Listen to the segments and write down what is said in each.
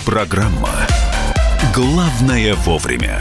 Программа «Главное вовремя».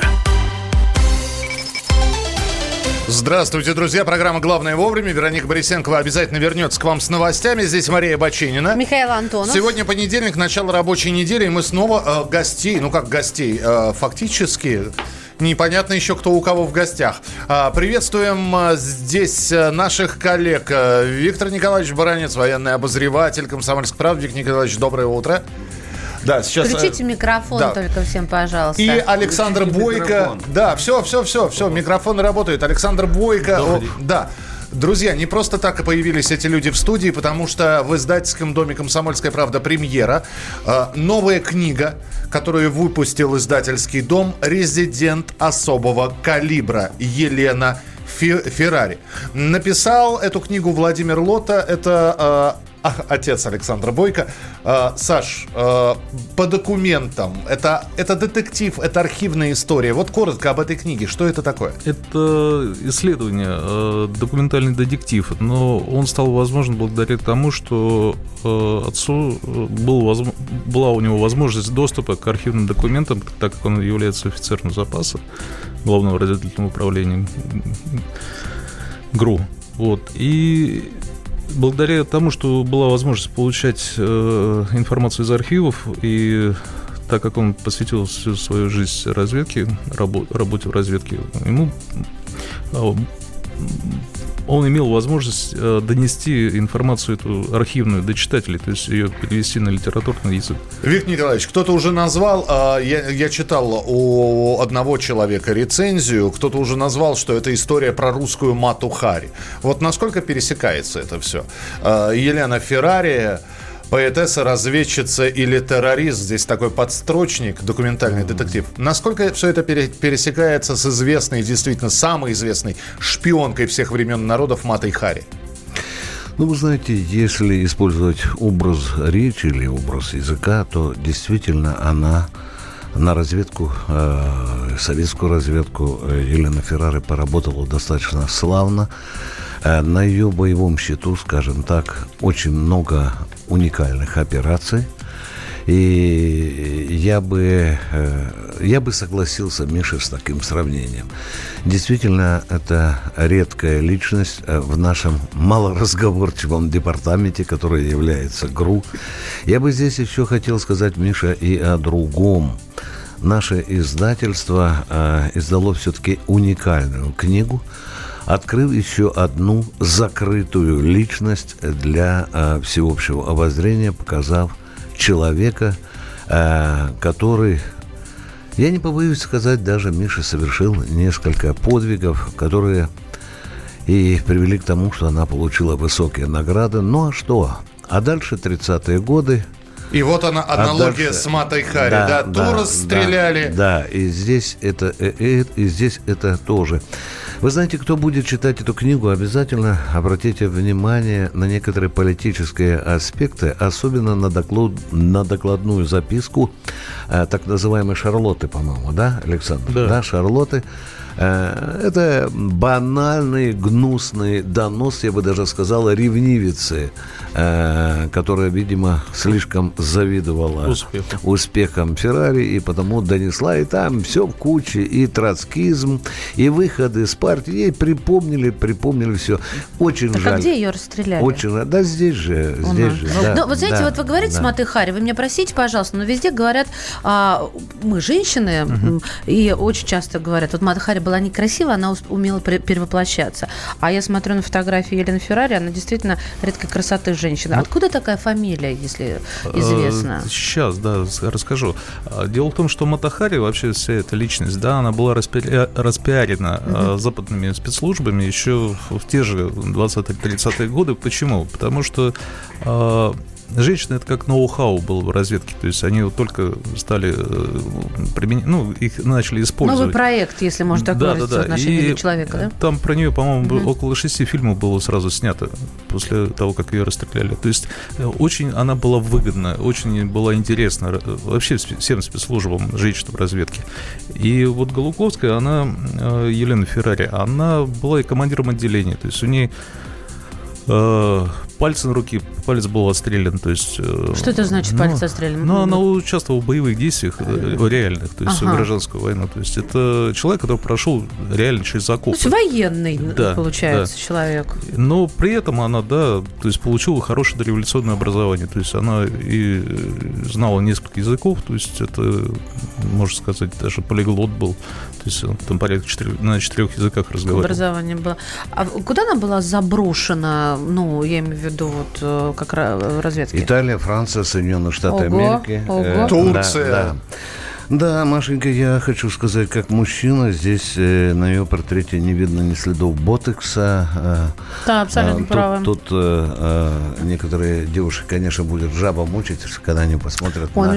Здравствуйте, друзья. Программа «Главное вовремя». Вероника Борисенкова обязательно вернется к вам с новостями. Здесь Мария Баченина. Михаил Антонов. Сегодня понедельник, начало рабочей недели, и мы снова гостей, фактически... Непонятно еще, кто у кого в гостях. Приветствуем здесь наших коллег. Виктор Николаевич Баранец, военный обозреватель «Комсомольской правды». Виктор Николаевич, доброе утро. Да, сейчас... Включите микрофон только всем, пожалуйста. И Александр Бойко. Да, все, микрофоны работают. Александр Бойко. Да. Друзья, не просто так и появились эти люди в студии, потому что в издательском доме «Комсомольская правда» премьера. Новая книга, которую выпустил издательский дом, «Резидент особого калибра» Елена Феррари. Написал эту книгу Владимир Лота. Это... отец Александра Бойко. Саш, по документам, это детектив, это архивная история. Вот коротко об этой книге. Что это такое? Это исследование, документальный детектив. Но он стал возможен благодаря тому, что отцу была у него возможность доступа к архивным документам, так как он является офицером запаса Главного разведывательного управления ГРУ. Вот. И благодаря тому, что была возможность получать информацию из архивов, и так как он посвятил всю свою жизнь разведке, работе в разведке, он имел возможность донести информацию эту архивную до читателей, то есть ее перевести на литературный язык. Виктор Николаевич, кто-то уже назвал, я читал у одного человека рецензию, кто-то уже назвал, что это история про русскую Мату Хари. Вот насколько пересекается это все? Елена Феррари, поэтесса, разведчица или террорист, здесь такой подстрочник, документальный детектив. Насколько все это пересекается с известной, действительно самой известной шпионкой всех времен и народов Матой Хари? Ну, вы знаете, если использовать образ речи или образ языка, то действительно она на разведку, советскую разведку Елена Феррари поработала достаточно славно. На ее боевом счету, скажем так, очень много уникальных операций. И я бы согласился, Миша, с таким сравнением. Действительно, это редкая личность в нашем малоразговорчивом департаменте, который является ГРУ. Я бы здесь еще хотел сказать, Миша, и о другом. Наше издательство издало все-таки уникальную книгу, открыв еще одну закрытую личность для всеобщего обозрения, показав человека, который, я не побоюсь сказать, даже Миша совершил несколько подвигов, которые и привели к тому, что она получила высокие награды. Ну а что? А дальше 30-е годы. И вот она, аналогия с Матой Хари, ту расстреляли. Да, и здесь это тоже. Вы знаете, кто будет читать эту книгу, обязательно обратите внимание на некоторые политические аспекты, особенно на докладную записку так называемой Шарлотты, по-моему, да, Александр? Да, Шарлотты. Это банальный, гнусный донос, я бы даже сказал, ревнивицы, которая, видимо, слишком завидовала успехам Феррари, и потому донесла, и там все в куче, и троцкизм, и выходы из партии, ей припомнили все. Очень жаль. А где ее расстреляли? Очень жаль. Да, здесь же. Да, но вот знаете, вот вы говорите с Матой Хари, вы меня простите, пожалуйста, но везде говорят, мы женщины, и очень часто говорят, вот Мата Хари была некрасивая, она умела перевоплощаться. А я смотрю на фотографию Елены Феррари, она действительно редкой красоты женщина. Откуда такая фамилия, если известно? Сейчас, да, расскажу. Дело в том, что Мата Хари, вообще вся эта личность, да, она была распиарена западными спецслужбами еще в те же 20-30-е годы. Почему? Потому что женщины — это как ноу-хау было в разведке. То есть они вот только стали применять, их начали использовать. Новый проект, если можно так говорить, в отношении человека, да? Там про нее, по-моему, около 6 фильмов было сразу снято после того, как ее расстреляли. То есть очень она была выгодна, очень была интересна вообще всем спецслужбам, женщинам в разведке. И вот Голуковская, она, Елена Феррари, она была и командиром отделения. То есть у нее Пальцы на руке, палец был отстрелян, то есть... Что это значит, палец отстрелян? Ну, она участвовала в боевых действиях реальных, то есть в гражданскую войну. То есть это человек, который прошел реально через окопы. То есть военный, получается, человек. Но при этом она, то есть получила хорошее дореволюционное образование. То есть она и знала несколько языков, то есть это, можно сказать, даже полиглот был. То есть он там порядка на 4 языках разговаривал. Образование было. А куда она была заброшена, ну, я имею в виду, вот, как разведки? Италия, Франция, Соединенные Штаты Америки. Турция. Да, Машенька, я хочу сказать, как мужчина, здесь на ее портрете не видно ни следов ботокса. Да, абсолютно правы. Тут некоторые девушки, конечно, будут жаба мучить, когда они посмотрят на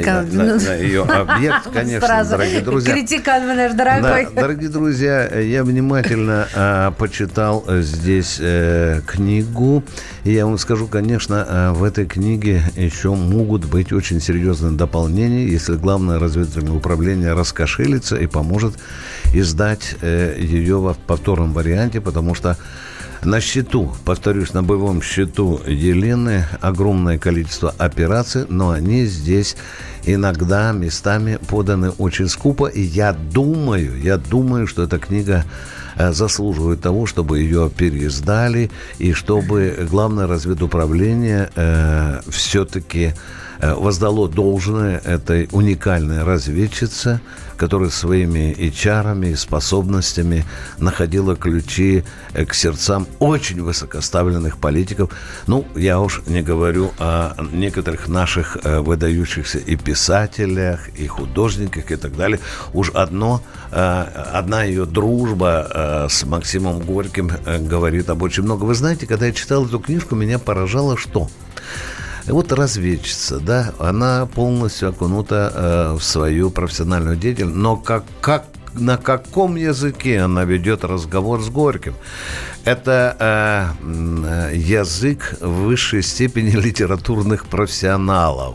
ее объект, конечно, дорогие друзья. Критикан вы наш дорогой. Да, дорогие друзья, я внимательно почитал здесь книгу, и я вам скажу, конечно, в этой книге еще могут быть очень серьезные дополнения, если главное разведывательное управление раскошелится и поможет издать ее в повторном варианте, потому что на счету, повторюсь, на боевом счету Елены огромное количество операций, но они здесь иногда местами поданы очень скупо, и я думаю, что эта книга заслуживает того, чтобы ее переиздали, и чтобы главное разведуправление все-таки воздало должное этой уникальной разведчице, которая своими HR-ами и способностями находила ключи к сердцам очень высокоставленных политиков. Ну, я уж не говорю о некоторых наших выдающихся и писателях, и художниках, и так далее. Уж одна ее дружба с Максимом Горьким говорит об очень много. Вы знаете, когда я читал эту книжку, меня поражало что? Вот разведчица, да, она полностью окунута в свою профессиональную деятельность, но на каком языке она ведет разговор с Горьким? Это язык в высшей степени литературных профессионалов.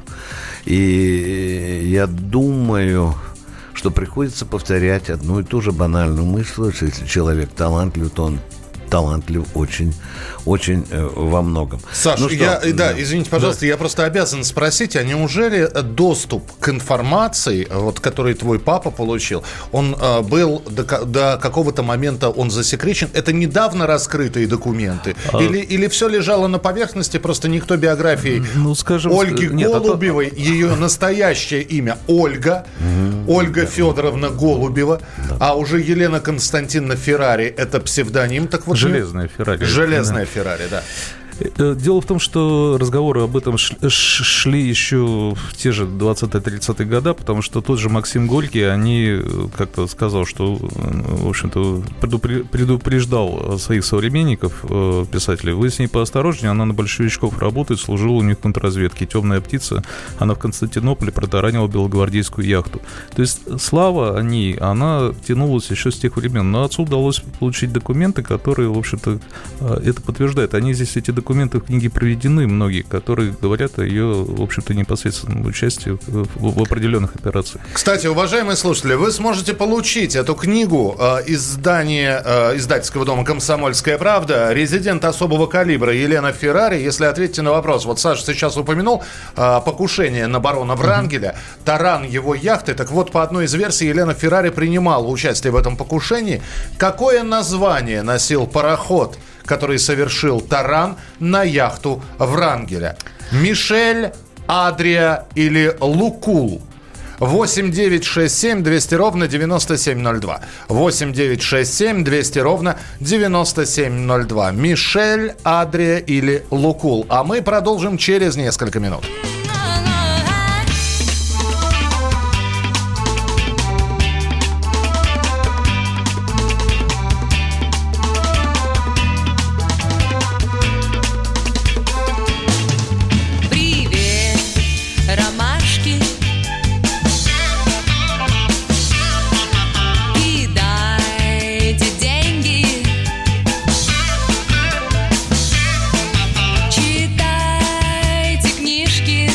И я думаю, что приходится повторять одну и ту же банальную мысль, что если человек талантлив, то он талантлив очень, очень во многом. Саш, извините, пожалуйста, я просто обязан спросить, а неужели доступ к информации, вот, который твой папа получил, он был до какого-то момента он засекречен? Это недавно раскрытые документы? Или все лежало на поверхности, просто никто биографией Ольги Голубевой, ее настоящее имя Ольга Федоровна Голубева, а уже Елена Константиновна Феррари, это псевдоним, так вот... Железная Феррари. Железная Феррари, да. Дело в том, что разговоры об этом шли еще в те же 20-30-е годы, потому что тот же Максим Горький, они как-то сказал, что, в общем-то, предупреждал своих современников, писателей: вы с ней поосторожнее, она на большевичков работает, служила у них в контрразведке, темная птица, она в Константинополе протаранила белогвардейскую яхту. То есть слава о ней, она тянулась еще с тех времен, но отцу удалось получить документы, которые, в общем-то, это подтверждают. Они здесь, эти документы в книге приведены, многие, которые говорят о ее, в общем-то, непосредственном участии в определенных операциях. Кстати, уважаемые слушатели, вы сможете получить эту книгу издательского дома «Комсомольская правда», резидент особого калибра Елена Феррари, если ответите на вопрос. Вот Саша сейчас упомянул покушение на барона Врангеля, таран его яхты. Так вот, по одной из версий, Елена Феррари принимала участие в этом покушении. Какое название носил пароход, который совершил таран на яхту Врангеля? Мишель, Адрия или Лукул? 8 9 6 7 200 ровно 9702. 8 9 6 7 200 ровно 9702. Мишель, Адрия или Лукул? А мы продолжим через несколько минут. Читайте книжки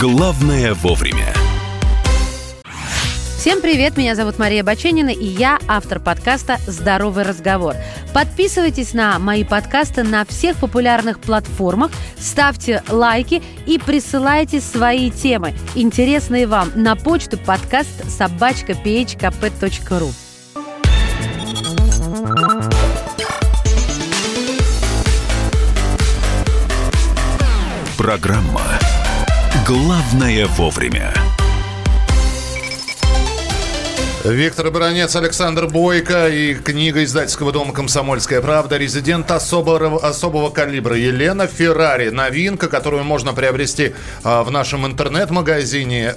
Главное вовремя. Всем привет, меня зовут Мария Баченина, и я автор подкаста «Здоровый разговор». Подписывайтесь на мои подкасты на всех популярных платформах, ставьте лайки и присылайте свои темы, интересные вам, на почту podcast@phkp.ru. Программа «Главное вовремя». Виктор Баранец, Александр Бойко и книга издательского дома «Комсомольская правда» «Резидент особого калибра» Елена Феррари. Новинка, которую можно приобрести в нашем интернет-магазине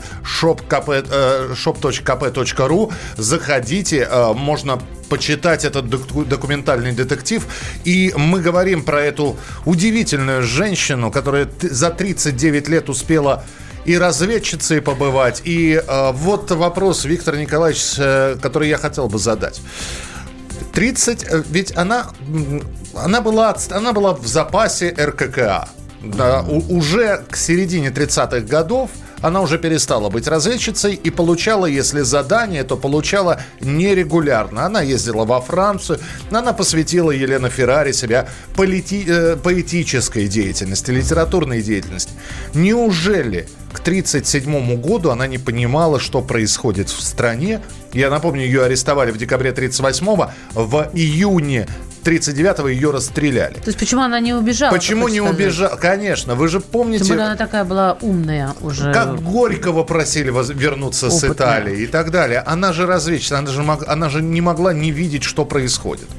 shop.kp.ru. Заходите, можно почитать этот документальный детектив. И мы говорим про эту удивительную женщину, которая за 39 лет успела и разведчицей побывать. И вот вопрос, Виктор Николаевич, который я хотел бы задать. 30, ведь она была в запасе РККА. Да, уже к середине 30-х годов она уже перестала быть разведчицей и получала, если задание, то получала нерегулярно. Она ездила во Францию, она посвятила, Елена Феррари, себя поэтической деятельности, литературной деятельности. Неужели к 1937 году она не понимала, что происходит в стране? Я напомню, ее арестовали в декабре 1938-го, в июне 1939-го ее расстреляли. То есть почему она не убежала? Почему не убежала? Конечно, вы же помните... Тем более она такая была умная уже. Как Горького просили вернуться с Италии и так далее. Она же разведчица, она же не могла не видеть, что происходит.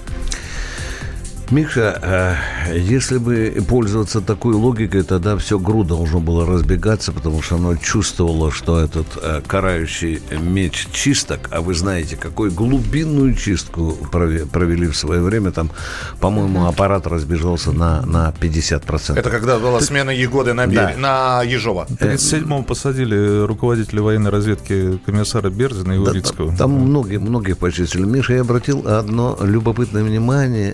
Миша, если бы пользоваться такой логикой, тогда все ГРУ должно было разбегаться, потому что оно чувствовало, что этот карающий меч чисток, а вы знаете, какую глубинную чистку провели в свое время, там, по-моему, аппарат разбежался на 50%. Это когда была смена Егоды на Ежова. В 1937-м посадили руководителя военной разведки комиссара Берзина и Урицкого. Там многих почистили. Миша, я обратил одно любопытное внимание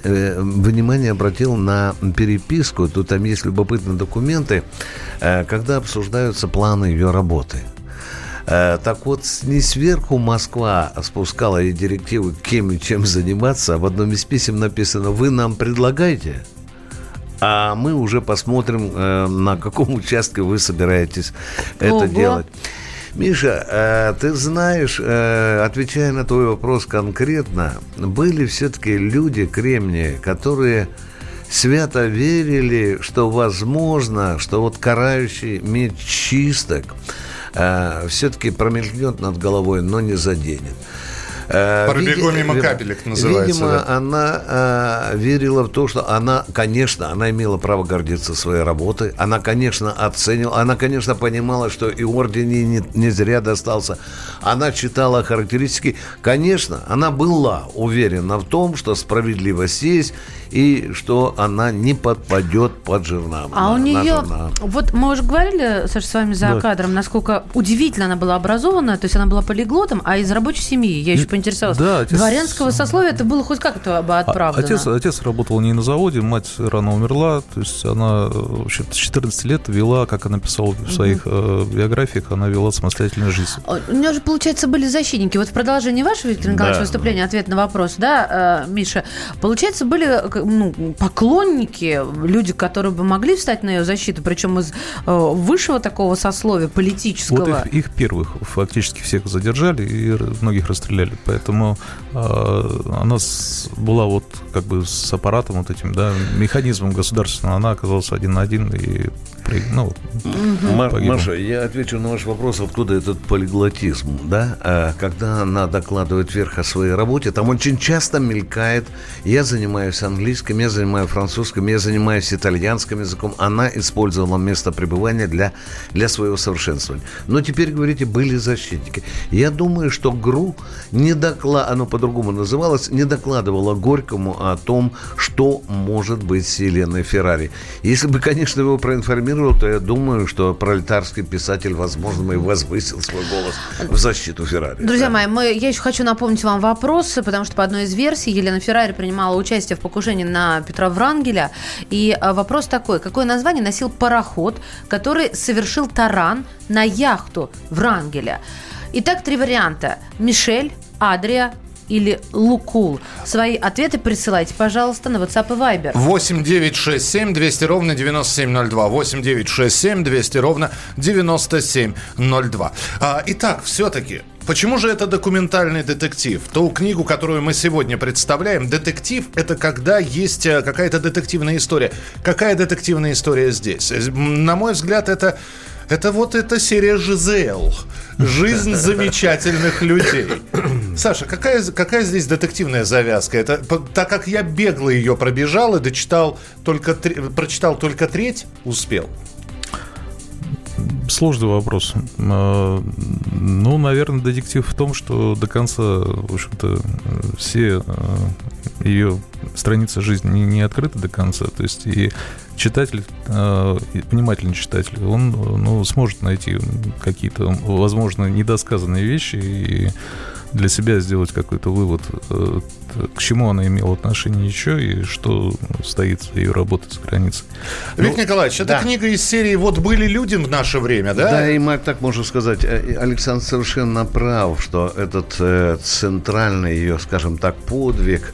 обратил на переписку. Тут там есть любопытные документы, когда обсуждаются планы ее работы. Так вот, не сверху Москва спускала ей директивы, кем и чем заниматься, а в одном из писем написано: вы нам предлагаете, а мы уже посмотрим, на каком участке вы собираетесь это делать. Миша, ты знаешь, отвечая на твой вопрос конкретно, были все-таки люди Кремния, которые свято верили, что возможно, что вот карающий меч чисток все-таки промелькнет над головой, но не заденет. Пробегу мимо капелек называется. Видимо, да. Она верила в то, что она имела право гордиться своей работой. Она, конечно, оценивала. Она, конечно, понимала, что и орден не зря достался. Она читала характеристики. Конечно, она была уверена в том, что справедливость есть и что она не подпадет под жернова. А у нее... Вот мы уже говорили, Саша, с вами за кадром, насколько удивительно она была образована. То есть она была полиглотом, а из рабочей семьи. Я еще поинтересовалась. Да, дворянского сословия это было хоть как-то оправдано? Отец работал не на заводе, мать рано умерла. То есть она, в общем, с 14 лет вела, как она писала в своих биографиях, она вела самостоятельную жизнь. У нее же, получается, были защитники. Вот в продолжении вашего, Виктор Николаевич, выступления, ответ на вопрос, да, Миша, получается, были поклонники, люди, которые бы могли встать на ее защиту, причем из высшего такого сословия, политического. Вот их первых фактически всех задержали и многих расстреляли. Поэтому она была вот как бы с аппаратом вот этим, да, механизмом государственным, она оказалась один на один и Маша, я отвечу на ваш вопрос, откуда этот полиглотизм, да? Когда она докладывает вверх о своей работе, там очень часто мелькает: я занимаюсь английским, я занимаюсь французским, я занимаюсь итальянским языком. Она использовала место пребывания для своего совершенствования. Но теперь, говорите, были защитники. Я думаю, что ГРУ оно по-другому называлось, не докладывало Горькому о том, что может быть с Еленой Феррари. Если бы, конечно, его проинформировали рекламировал, то я думаю, что пролетарский писатель, возможно, и возвысил свой голос в защиту Феррари. Друзья мои, я еще хочу напомнить вам вопросы, потому что по одной из версий Елена Феррари принимала участие в покушении на Петра Врангеля. И вопрос такой: какое название носил пароход, который совершил таран на яхту Врангеля? Итак, 3 варианта: Мишель, Адрия или Лукул. Свои ответы присылайте, пожалуйста, на WhatsApp и Viber. 8 9 6 7 200 ровно 9702. 8 9 6 7 200 ровно 9702. Итак, все-таки, почему же это документальный детектив? Ту книгу, которую мы сегодня представляем, детектив – это когда есть какая-то детективная история. Какая детективная история здесь? На мой взгляд, это серия «Жизель». Жизнь замечательных людей. Саша, какая здесь детективная завязка? Так как я бегло ее пробежал и прочитал только треть, успел. Сложный вопрос. Наверное, детектив в том, что до конца, в общем-то, все ее страницы жизни не открыты до конца. То есть и читатель, внимательный читатель, он сможет найти какие-то, возможно, недосказанные вещи и для себя сделать какой-то вывод, к чему она имела отношение еще и что стоит за ее работой за границей. Виктор Николаевич, это книга из серии «Вот были люди в наше время», да? Да, и так можно сказать. Александр совершенно прав, что этот центральный ее, скажем так, подвиг,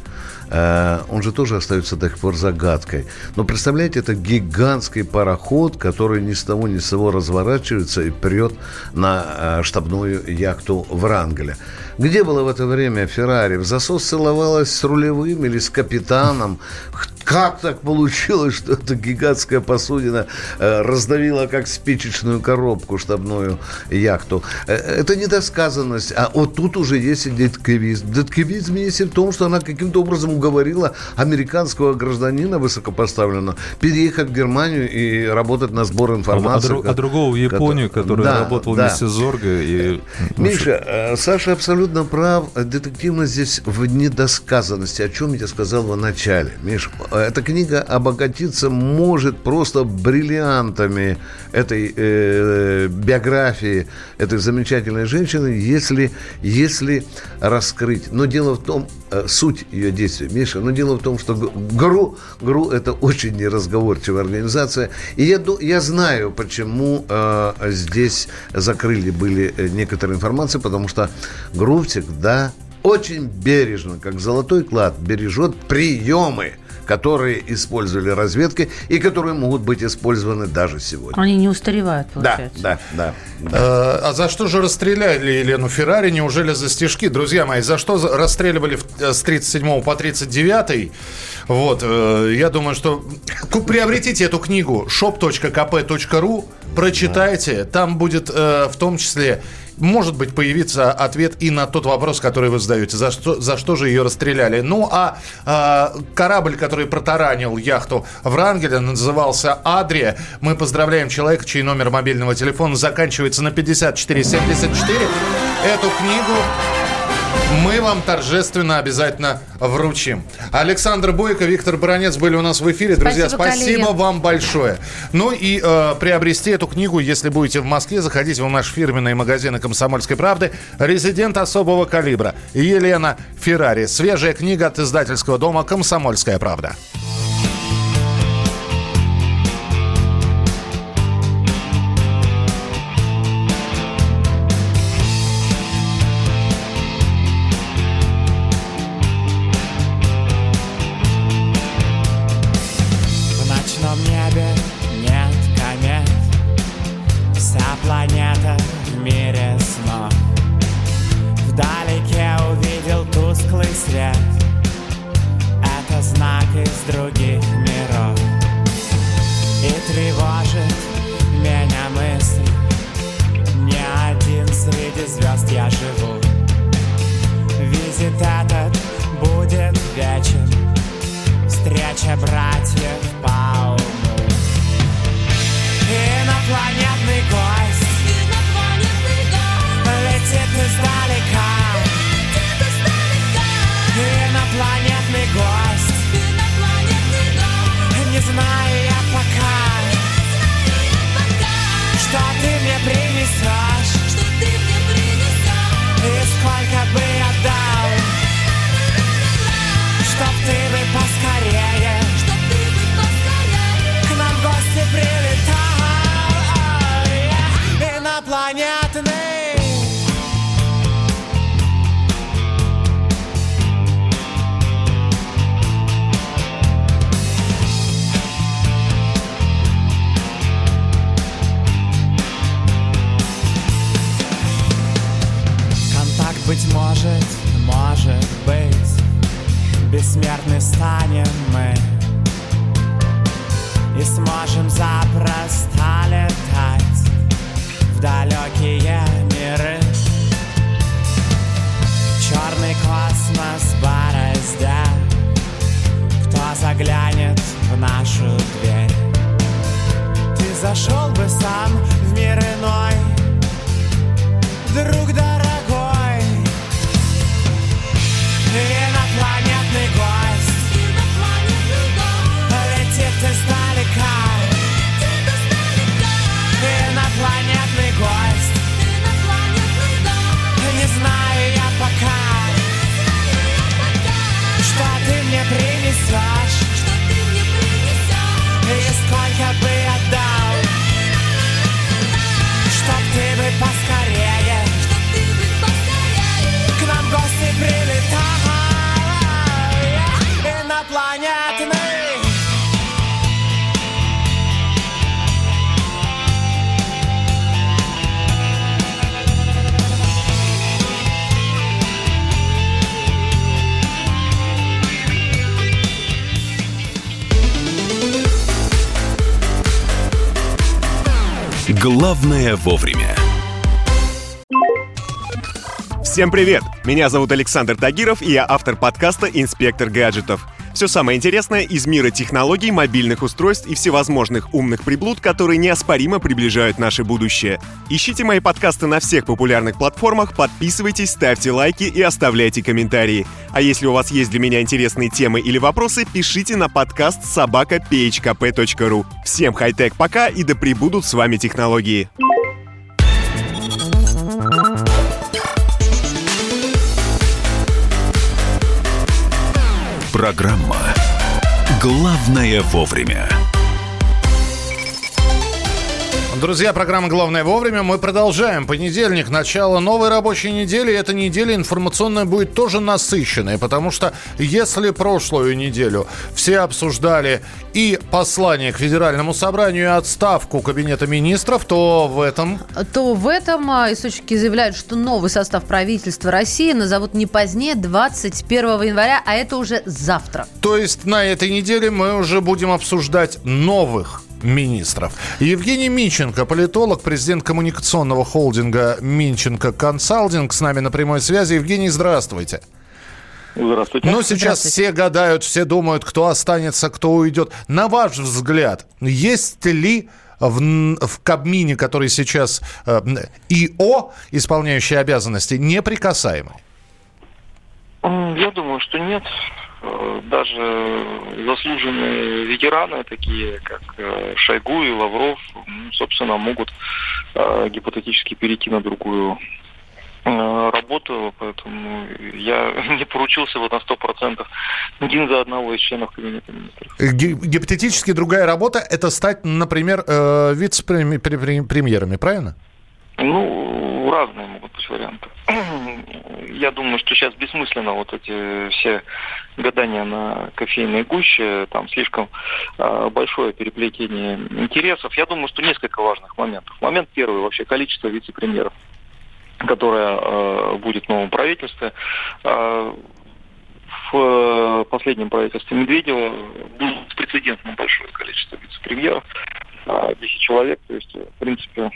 он же тоже остается до сих пор загадкой. Но представляете, это гигантский пароход, который ни с того ни с сего разворачивается и прет на штабную яхту Врангеля. Где было в это время Феррари? В засос целовалась с рулевым или с капитаном? Как так получилось, что эта гигантская посудина раздавила как спичечную коробку штабную яхту? Это недосказанность. А вот тут уже есть и детективизм. Детективизм есть и в том, что она каким-то образом уговорила американского гражданина высокопоставленного переехать в Германию и работать на сбор информации. А другого в Японию, который работал вместе с Зорго. Миша, Саша абсолютно прав. Детективность здесь в недосказанности, о чем я сказал в начале. Миша, эта книга обогатиться может просто бриллиантами этой биографии этой замечательной женщины, если раскрыть. Но дело в том, суть ее действий, Миша, но дело в том, что ГРУ это очень неразговорчивая организация. И я знаю, почему здесь закрыли были некоторые информации, потому что ГРУ всегда очень бережно, как золотой клад, бережет приемы, которые использовали разведки и которые могут быть использованы даже сегодня. Они не устаревают, получается. Да. А за что же расстреляли Елену Феррари? Неужели за стишки? Друзья мои, за что расстреливали с 37 по 39? Вот, я думаю, что приобретите эту книгу shop.kp.ru, прочитайте. Там будет в том числе, может быть, появится ответ и на тот вопрос, который вы задаете. За что же ее расстреляли? Ну, корабль, который протаранил яхту Врангеля, назывался «Адрия». Мы поздравляем человека, чей номер мобильного телефона заканчивается на 5474. Эту книгу мы вам торжественно обязательно вручим. Александр Бойко, Виктор Баранец были у нас в эфире. Друзья, спасибо вам большое. Ну и приобрести эту книгу, если будете в Москве, заходите в наши фирменные магазины «Комсомольской правды». Резидент особого калибра Елена Феррари. Свежая книга от издательского дома «Комсомольская правда». Не знаю я пока, Быть может, может быть, бессмертны станем мы и сможем запросто летать в далекие миры. Черный космос бороздя, кто заглянет в нашу дверь? Ты зашел бы сам в мир иной, друг дорогой. Инопланетный гость летит издалека. Инопланетный гость, не знаю я пока, что ты мне принесешь и сколько бы я дал, чтоб ты бы поскорее к нам в гости прилетал. Инопланетный. Главное вовремя. Всем привет! Меня зовут Александр Тагиров, и я автор подкаста «Инспектор гаджетов». Все самое интересное из мира технологий, мобильных устройств и всевозможных умных приблуд, которые неоспоримо приближают наше будущее. Ищите мои подкасты на всех популярных платформах, подписывайтесь, ставьте лайки и оставляйте комментарии. А если у вас есть для меня интересные темы или вопросы, пишите на подкаст @phkp.ru. Всем хай-тек пока, и да пребудут с вами технологии. Программа «Главное вовремя». Друзья, программа «Главное вовремя». Мы продолжаем. Понедельник, начало новой рабочей недели. Эта неделя информационная будет тоже насыщенная, потому что если прошлую неделю все обсуждали и послание к Федеральному собранию, и отставку Кабинета министров, то в этом источники заявляют, что новый состав правительства России назовут не позднее 21 января, а это уже завтра. То есть на этой неделе мы уже будем обсуждать новых министров. Евгений Минченко, политолог, президент коммуникационного холдинга «Минченко Консалтинг», с нами на прямой связи. Евгений, здравствуйте. Здравствуйте. Ну, сейчас все гадают, все думают, кто останется, кто уйдет. На ваш взгляд, есть ли в Кабмине, который сейчас ИО, исполняющий обязанности, неприкасаемый? Я думаю, что нет. Даже заслуженные ветераны, такие как Шойгу и Лавров, собственно, могут гипотетически перейти на другую работу, поэтому я не поручился вот на 100% один за одного из членов Кабинета министров. Гипотетически другая работа – это стать, например, вице-премьерами, правильно? Ну, разные могут быть варианты. Я думаю, что сейчас бессмысленно вот эти все гадания на кофейной гуще, там слишком большое переплетение интересов. Я думаю, что несколько важных моментов. Момент первый, вообще количество вице-премьеров, которое будет в новом правительстве. В последнем правительстве Медведева было беспрецедентно большое количество вице-премьеров, 10 человек, то есть, в принципе,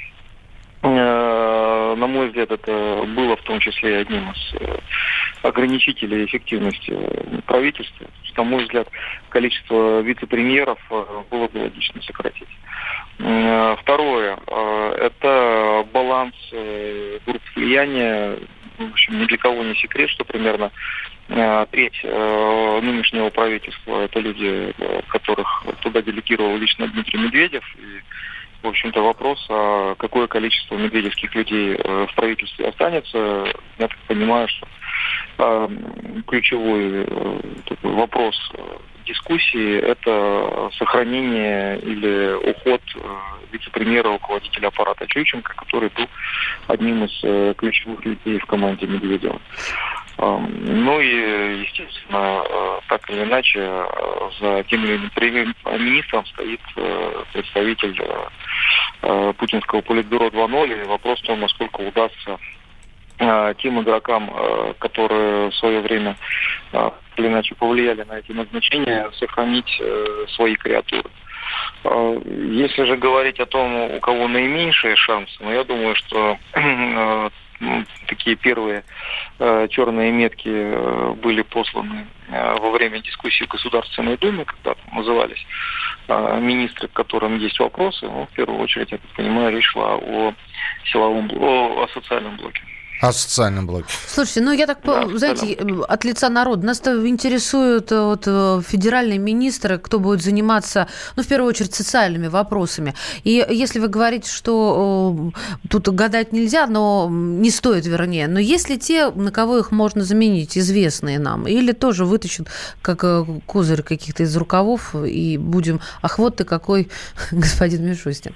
на мой взгляд, это было в том числе одним из ограничителей эффективности правительства. На мой взгляд, количество вице-премьеров было бы логично сократить. Второе, это баланс групп влияния. В общем, ни для кого не секрет, что примерно треть нынешнего правительства – это люди, которых туда делегировал лично Дмитрий Медведев. И, в общем-то, вопрос, а какое количество медведевских людей в правительстве останется, я так понимаю, что ключевой такой вопрос дискуссии – это сохранение или уход вице-премьера, руководителя аппарата Чученко, который был одним из ключевых людей в команде Медведева. Ну и, естественно, так или иначе, за тем или иным министром стоит представитель путинского политбюро 2.0, и вопрос в том, насколько удастся тем игрокам, которые в свое время или иначе повлияли на эти назначения, сохранить свои креатуры. Если же говорить о том, у кого наименьшие шансы, я думаю, что такие первые черные метки были посланы во время дискуссии в Государственной Думе, когда назывались министры, к которым есть вопросы. В первую очередь, я так понимаю, речь шла о социальном блоке. О социальном блоке. Слушайте, я так, знаете, от лица народа нас-то интересуют федеральные министры, кто будет заниматься, в первую очередь, социальными вопросами. И если вы говорите, что тут гадать нельзя, но не стоит, вернее, но есть ли те, на кого их можно заменить, известные нам, или тоже вытащат как козырь каких-то из рукавов, и будем, ах, вот ты какой, господин Мишустин.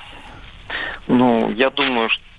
Я думаю, что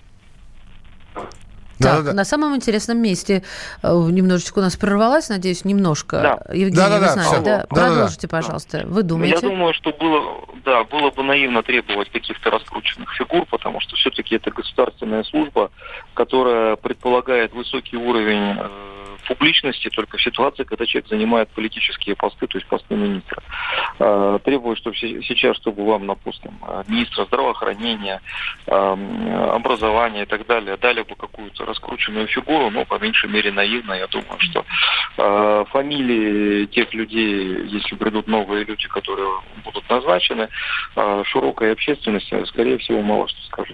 Так, на самом интересном месте немножечко у нас прорвалась, надеюсь, немножко. Да. Евгений, вы знаете, продолжите, пожалуйста. Вы думаете? Я думаю, что было бы наивно требовать каких-то раскрученных фигур, потому что все-таки это государственная служба, которая предполагает высокий уровень публичности только в ситуации, когда человек занимает политические посты, то есть посты министра. Требую, чтобы сейчас, чтобы вам, допустим, министра здравоохранения, образования и так далее, дали бы какую-то раскрученную фигуру, но по меньшей мере наивно. Я думаю, что фамилии тех людей, если придут новые люди, которые будут назначены, широкой общественности, скорее всего, мало что скажет.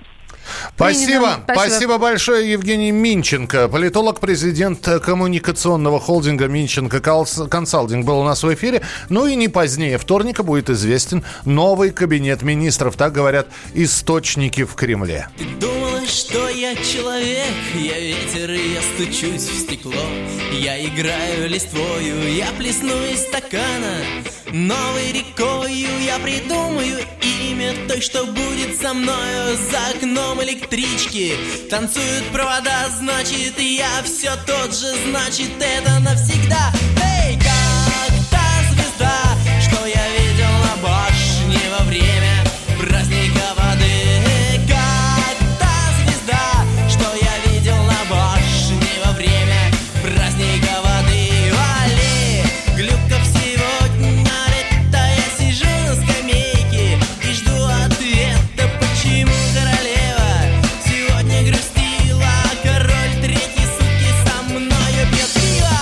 Спасибо большое, Евгений Минченко, политолог, президент коммуникационного холдинга Минченко Консалтинг был у нас в эфире. И не позднее вторника будет известен новый кабинет министров, так говорят источники в Кремле. Ты думала, что я человек, я ветер, и я стучусь в стекло. Я играю листвою, я плесну из стакана. Новой рекою я придумаю имя той, что будет со мною за окном электрички. Танцуют провода, значит, я все тот же, значит, это навсегда. Эй, как та звезда, что я видел на башне во время праздника воды. Как та звезда, что я видел на башне во время праздника воды. Вали, Глюков сегодня лето, я сижу на скамейке и жду ответа, почему королева сегодня грустила, а король третьи сутки со мною пьет пиво.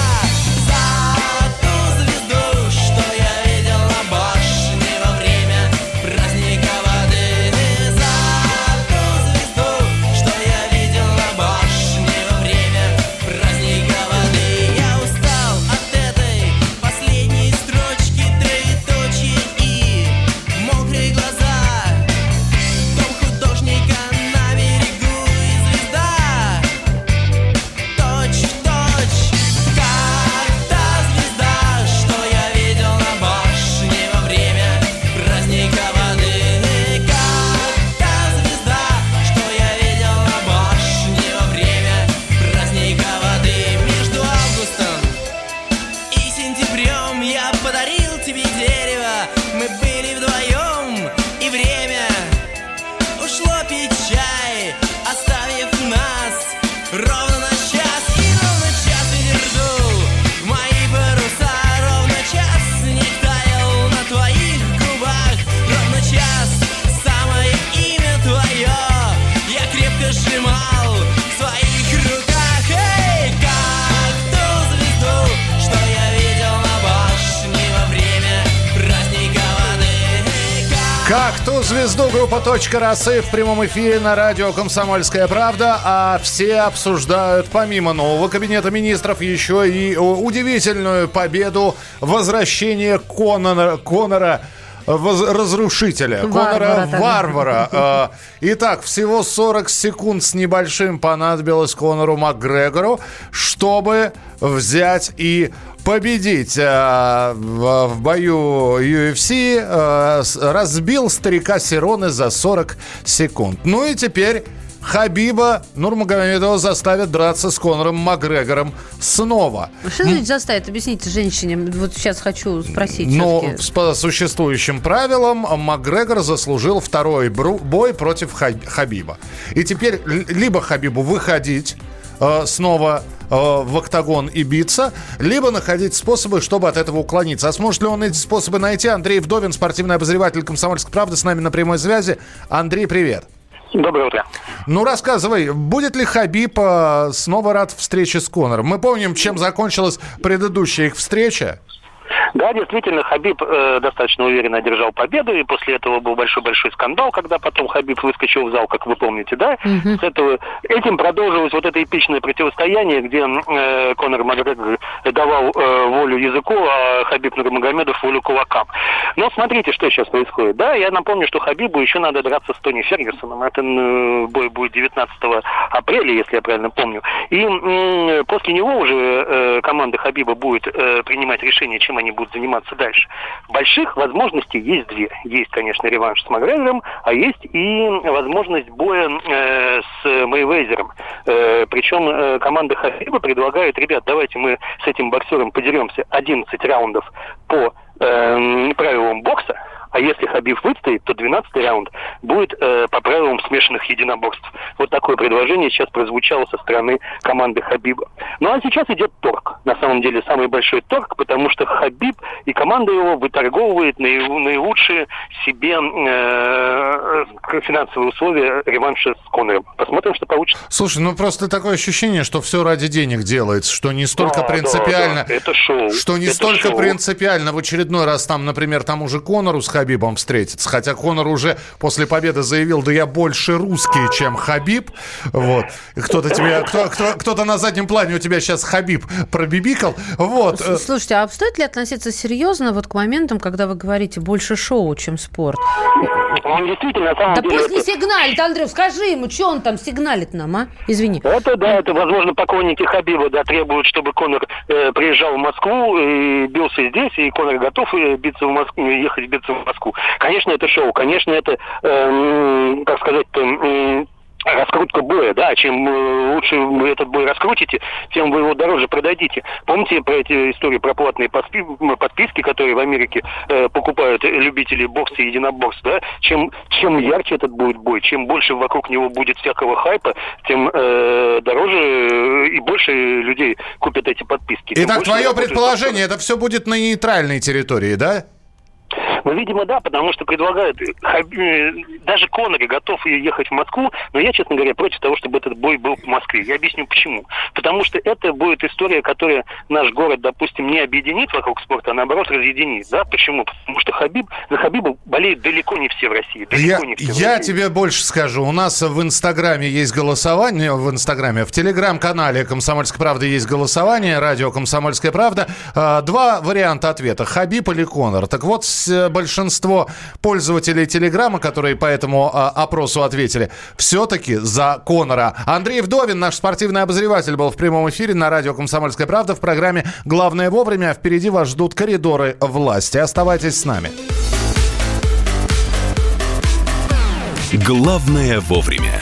За ту звезду, что я видел на башне во время праздника воды. За ту звезду, что я видел на башне во время праздника воды. Я устал от этой последней строчки, троеточие и мокрые глаза. Дом художника на берегу и звезда точь в точь, как та звезда, что я видел на башне во время праздника воды. Как та звезда, что я видел на башне во время праздника воды. Между августом и сентябрем я подарил тебе дерево. Мы были вдвоем, и время ушло пить чай, оставив нас ровно на час. И ровно час ветер дул в мои паруса, ровно час снег таял на твоих губах, ровно час самое имя твое я крепко сжимал в своих руках. Эй, как ту звезду, что я видел на башне во время праздника воды. Как ту звезду, группа «Точка росы» в прямом эфире на радио «Комсомольская правда». А все обсуждают, помимо нового кабинета министров, еще и удивительную победу, возвращение Конора разрушителя, Конора Варвара. Итак, всего 40 секунд с небольшим понадобилось Конору Макгрегору, чтобы взять и победить в бою UFC, разбил старика Сероне за 40 секунд. И теперь Хабиба Нурмагомедова заставят драться с Конором Макгрегором снова. Что значит заставит? Объясните женщине. Вот сейчас хочу спросить. По существующим правилам Макгрегор заслужил второй бой против Хабиба. И теперь либо Хабибу выходить снова в октагон и биться, либо находить способы, чтобы от этого уклониться. А сможет ли он эти способы найти? Андрей Вдовин, спортивный обозреватель «Комсомольской правды», с нами на прямой связи. Андрей, привет. Доброе утро. Ну, рассказывай, будет ли Хабиб снова рад встрече с Конором? Мы помним, чем закончилась предыдущая их встреча. Да, действительно, Хабиб достаточно уверенно одержал победу, и после этого был большой-большой скандал, когда потом Хабиб выскочил в зал, как вы помните, да? Этим продолжилось вот это эпичное противостояние, где Конор Макгрегор давал волю языку, а Хабиб Нурмагомедов волю кулакам. Но смотрите, что сейчас происходит. Да, я напомню, что Хабибу еще надо драться с Тони Фергюсоном. Это бой будет 19 апреля, если я правильно помню. И после него уже команда Хабиба будет принимать решение, чем они будут заниматься дальше. Больших возможностей есть две. Есть, конечно, реванш с Макгрегором, а есть и возможность боя с Мейвезером. Причем команда Хабиба предлагает: ребят, давайте мы с этим боксером подеремся 11 раундов по правилам бокса, а если Хабиб выстоит, то 12-й раунд будет по правилам смешанных единоборств. Вот такое предложение сейчас прозвучало со стороны команды Хабиба. Ну а сейчас идет торг. На самом деле самый большой торг, потому что Хабиб и команда его выторговывает наилучшие себе финансовые условия реванша с Конором. Посмотрим, что получится. Слушай, ну просто такое ощущение, что все ради денег делается, что не столько принципиально... Да. Это шоу. Что не столько принципиально в очередной раз там, например, тому же Конору с Хабибом встретиться. Хотя Конор уже после победы заявил: да я больше русский, чем Хабиб. Вот. Кто-то на заднем плане у тебя сейчас Хабиб пробибикал. Вот. Слушайте, а стоит ли относиться серьезно вот к моментам, когда вы говорите больше шоу, чем спорт? Он действительно, на самом деле... пусть не сигналит, Андрей, скажи ему, что он там сигналит нам, а? Извини. Это, возможно, поклонники Хабиба, требуют, чтобы Конор приезжал в Москву и бился здесь, и Конор готов биться в Москву, ехать биться в Москву. Конечно, это шоу, конечно, это, раскрутка боя, да, чем лучше вы этот бой раскрутите, тем вы его дороже продадите. Помните про эти истории про платные подписки, которые в Америке покупают любители бокса и единоборств, да? Чем ярче этот будет бой, чем больше вокруг него будет всякого хайпа, тем дороже и больше людей купят эти подписки. Итак, твое предположение, это все будет на нейтральной территории, да? Ну, видимо, да, потому что предлагают... Даже Конор готов ехать в Москву, но я, честно говоря, против того, чтобы этот бой был в Москве. Я объясню, почему. Потому что это будет история, которая наш город, допустим, не объединит вокруг спорта, а наоборот разъединит. Да? Почему? Потому что за Хабиба болеют далеко не все в России. Я тебе больше скажу. У нас в Инстаграме есть голосование. В Телеграм-канале «Комсомольская правда» есть голосование. Радио «Комсомольская правда». Два варианта ответа. Хабиб или Конор. Так вот, большинство пользователей Телеграма, которые по этому опросу ответили, все-таки за Конора. Андрей Вдовин, наш спортивный обозреватель, был в прямом эфире на радио «Комсомольская правда» в программе «Главное вовремя». А впереди вас ждут коридоры власти. Оставайтесь с нами. Главное вовремя.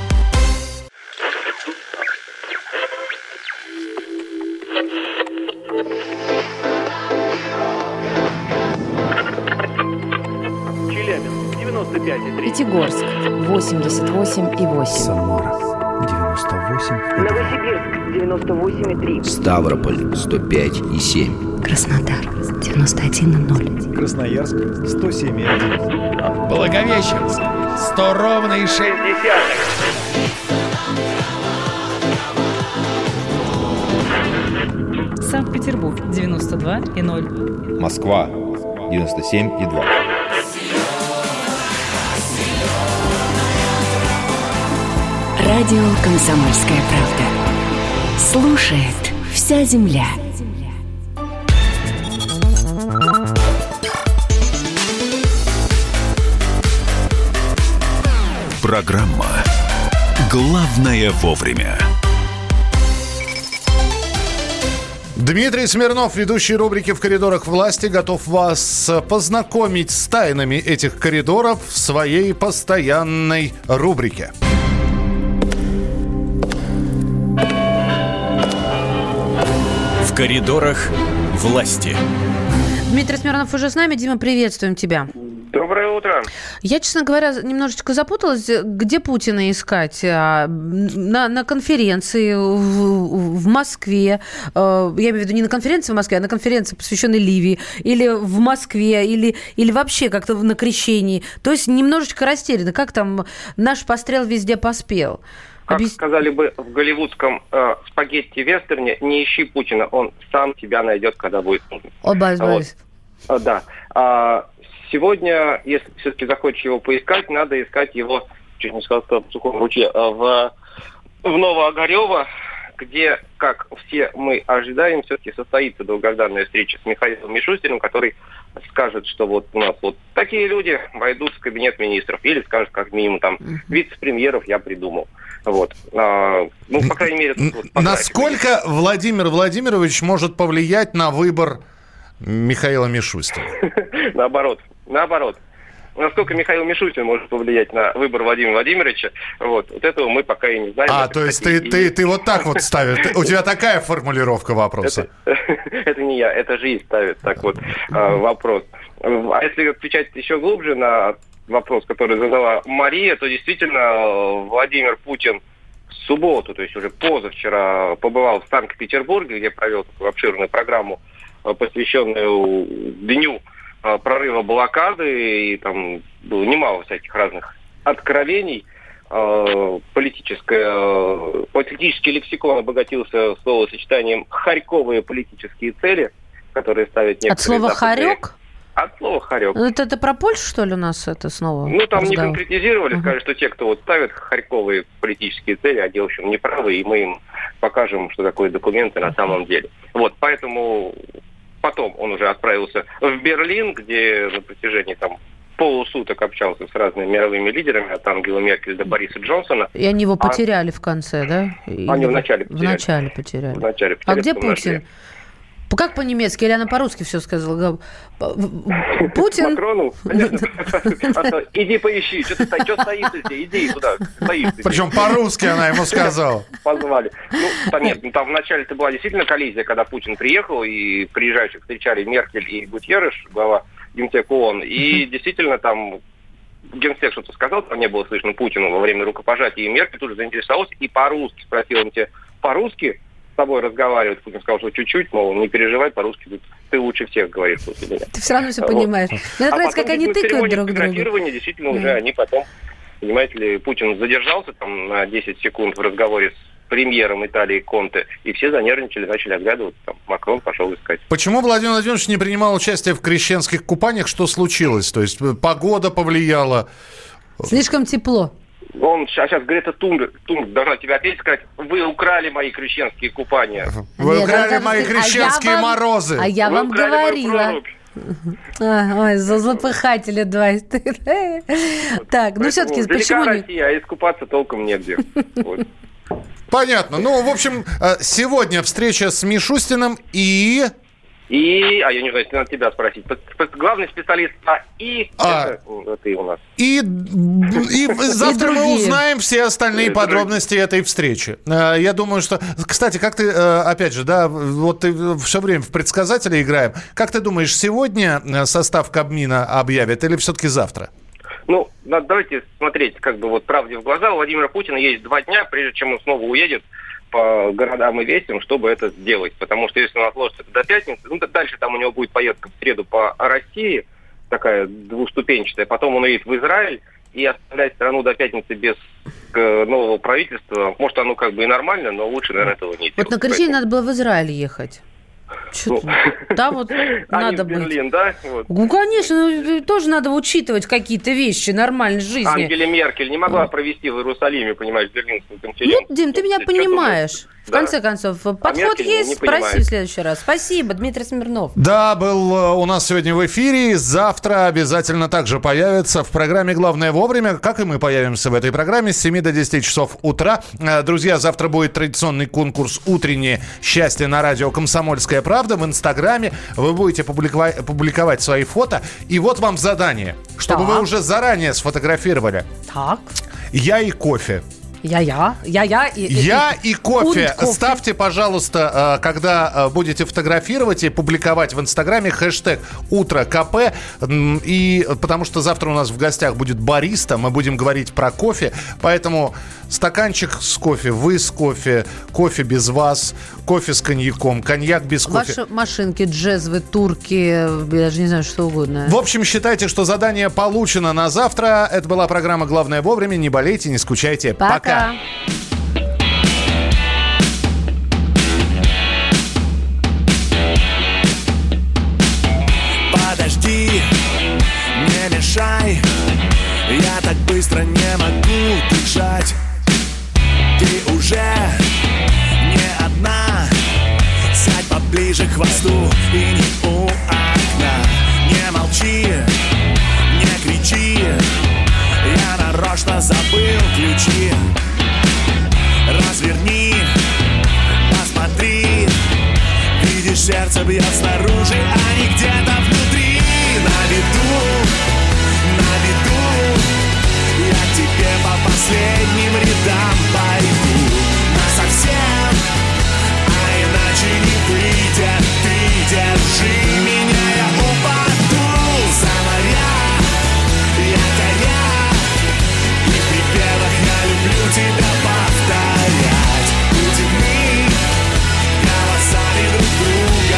Пятигорск 88,8. Самара 98,2. Новосибирск 98,3. Ставрополь 105,7. Краснодар 91,0. Красноярск 107,1. Благовещенск 100,6. Санкт-Петербург 92,0. Москва 97,2. Радио «Комсомольская правда». Слушает вся земля. Программа «Главное вовремя». Дмитрий Смирнов, ведущий рубрики «В коридорах власти», готов вас познакомить с тайнами этих коридоров в своей постоянной рубрике. В коридорах власти. Дмитрий Смирнов уже с нами. Дима, приветствуем тебя. Доброе утро. Я, честно говоря, немножечко запуталась, где Путина искать. На конференции в Москве, я имею в виду не на конференции в Москве, а на конференции, посвященной Ливии, или в Москве, или вообще как-то на крещении. То есть немножечко растеряно. Как там наш пострел везде поспел? Как сказали бы в голливудском спагетти-вестерне, не ищи Путина, он сам тебя найдет, когда будет нужно. Да. Сегодня, если все-таки захочешь его поискать, надо искать его, чуть не сказал, в Сухом ручье, в Новоогарево, где, как все мы ожидаем, все-таки состоится долгожданная встреча с Михаилом Мишустиным, который скажет, что вот у нас вот такие люди войдут в кабинет министров, или скажет, как минимум, там, вице-премьеров я придумал. Вот. По крайней мере... Тут вот насколько Владимир Владимирович может повлиять на выбор Михаила Мишустина? Наоборот. Насколько Михаил Мишустин может повлиять на выбор Владимира Владимировича, вот этого мы пока и не знаем. То есть ты вот так вот ставишь? У тебя такая формулировка вопроса? Это не я, это жизнь ставит так вот вопрос. А если отвечать еще глубже на вопрос, который задала Мария, то действительно Владимир Путин в субботу, то есть уже позавчера, побывал в Санкт-Петербурге, где провел такую обширную программу, посвященную дню прорыва блокады, и там было немало всяких разных откровений. Политический лексикон обогатился словосочетанием «харьковые политические цели», которые ставят некоторые... От слова «харек»? От слова «харек». Это про Польшу, что ли, у нас это снова? Там не конкретизировали, сказали, что те, кто вот ставит харьковые политические цели, они, в общем, неправы, и мы им покажем, что такое документы на самом деле. Вот, поэтому... Потом он уже отправился в Берлин, где на протяжении там полусуток общался с разными мировыми лидерами, от Ангелы Меркель до Бориса Джонсона. И они его потеряли в конце, да? Они вначале потеряли. А где Путин? Как по-немецки? Или она по-русски все сказала? Путин? Макрону? Иди поищи. Что стоишь здесь? Иди туда. Причем по-русски она ему сказала. Позвали. Там вначале-то была действительно коллизия, когда Путин приехал, и приезжающих встречали Меркель и Гутьерреш, глава Генсека ООН. И действительно там Генсек что-то сказал, там не было слышно Путину во время рукопожатия, и Меркель тут же заинтересовалась и по-русски спросила: он тебе по-русски с тобой разговаривает? Путин сказал, что чуть-чуть, мол, не переживай, по-русски ты лучше всех говоришь после меня. Ты все равно все понимаешь. Мне нравится, как они тыкают друг друга. Действительно, уже они потом, понимаете ли, Путин задержался там на 10 секунд в разговоре с премьером Италии Конте, и все занервничали, начали оглядываться, там Макрон пошел искать. Почему Владимир Владимирович не принимал участие в крещенских купаниях? Что случилось? То есть погода повлияла? Слишком тепло. Сейчас Грета Тунберг должна тебе опять сказать: вы украли мои крещенские купания. Вы украли мои крещенские морозы. А я вам говорила. Ой, злопыхатели два. Так, все-таки почему не... Россия, а искупаться толком негде. Понятно. В общем, сегодня встреча с Мишустиным я не знаю, надо тебя спросить. Главный специалист это ты у нас. И завтра мы узнаем все остальные подробности этой встречи. Я думаю, что... Кстати, как ты, опять же, да, вот ты все время в предсказателя играем. Как ты думаешь, сегодня состав Кабмина объявят или все-таки завтра? Давайте смотреть правде в глаза. У Владимира Путина есть 2 дня, прежде чем он снова уедет по городам и весям, чтобы это сделать. Потому что если он отложит это до пятницы, дальше там у него будет поездка в среду по России, такая двуступенчатая, потом он уедет в Израиль и оставлять страну до пятницы без нового правительства. Может, оно и нормально, но лучше, наверное, этого не делать. Вот на крещение надо было в Израиль ехать. Да, вот надо быть. Берлин, да? Конечно, тоже надо учитывать какие-то вещи нормальной жизни. Ангела Меркель не могла провести в Иерусалиме, понимаешь, Берлинскую конференцию. Дим, ты меня понимаешь. В конце концов, подход есть, спроси в следующий раз. Спасибо, Дмитрий Смирнов. Да, был у нас сегодня в эфире. Завтра обязательно также появится в программе «Главное вовремя», как и мы появимся в этой программе с 7 до 10 часов утра. Друзья, завтра будет традиционный конкурс «Утреннее счастье» на радио «Комсомольская правда» в Инстаграме. Вы будете публиковать свои фото. И вот вам задание, чтобы вы уже заранее сфотографировали. Так. Я и кофе. Я и кофе. Ставьте, пожалуйста, когда будете фотографировать и публиковать в Инстаграме хэштег «Утро КП». И потому что завтра у нас в гостях будет бариста, мы будем говорить про кофе. Поэтому стаканчик с кофе, вы с кофе, кофе без вас, кофе с коньяком, коньяк без кофе. Ваши машинки, джезвы, турки, я даже не знаю, что угодно. В общем, считайте, что задание получено на завтра. Это была программа «Главное вовремя». Не болейте, не скучайте. Пока. Подожди, не мешай, я так быстро не могу дышать. Ты уже не одна, сядь поближе к хвосту и не у окна. Не молчи, не кричи, я нарочно забыл ключи. Разверни, посмотри, видишь, сердце бьет снаружи, а не где-то внутри. На виду, я к тебе по последним рядам пойду. Насовсем, а иначе не выйдет. Ты держи меня, я упаду за моря, якоря. И в припевах я люблю тебя повторять. Удивны голосами друг друга.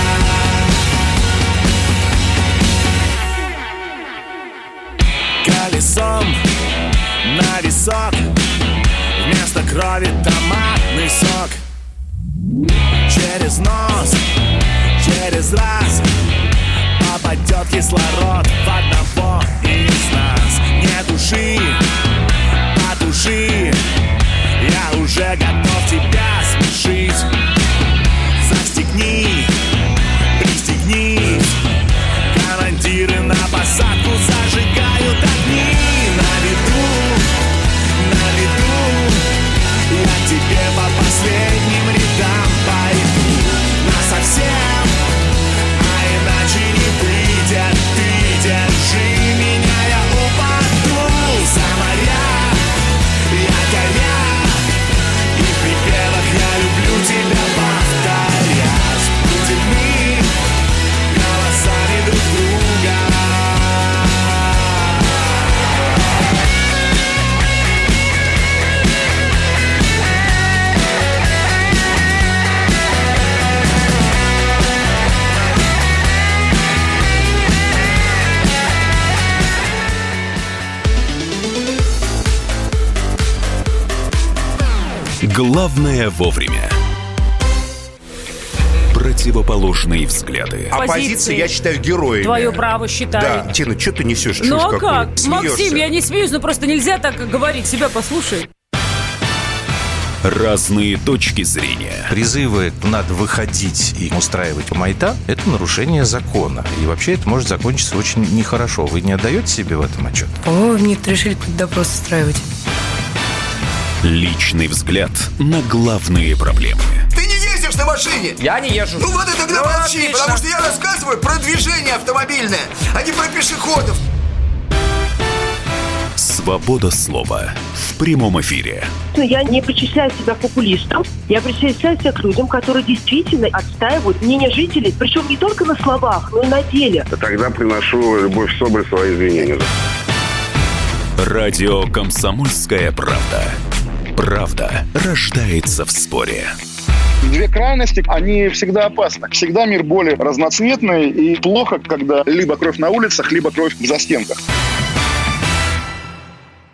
Колесом на висок, вместо крови томатный сок. Через нос, через раз попадет кислород в одного из нас. Не души, потуши, я уже готов тебя смешить. Застегни, пристегнись, командиры на посадку зажигают огни. На виду, я к тебе по последним рядам пойду. Насовсем, а иначе не выйдет. Ты держи меня, я упаду за моря, якоря. И в припевах я люблю тебя повторять. Удивны голосами друг друга. Главное вовремя. Противоположные взгляды. Оппозиция, я считаю, героями. Твое право считаю. Да, Тина, что ты несешь? Ну а как? Смеешься. Максим, я не смеюсь, но просто нельзя так говорить. Себя послушай. Разные точки зрения. Призывы «надо выходить и устраивать майдан» — это нарушение закона. И вообще это может закончиться очень нехорошо. Вы не отдаете себе в этом отчет? По-моему, некоторые решили какой-то допрос устраивать. Личный взгляд на главные проблемы. Ты не ездишь на машине? Я не езжу. Ну вот и тогда молчи, отлично. Потому что я рассказываю про движение автомобильное, а не про пешеходов. Свобода слова в прямом эфире. Я не причисляю себя популистом. Я причисляю себя к людям, которые действительно отстаивают мнение жителей. Причем не только на словах, но и на деле. Тогда приношу Любовь Соболь свои извинения. Радио «Комсомольская правда». Правда рождается в споре. Две крайности, они всегда опасны. Всегда мир более разноцветный, и плохо, когда либо кровь на улицах, либо кровь в застенках.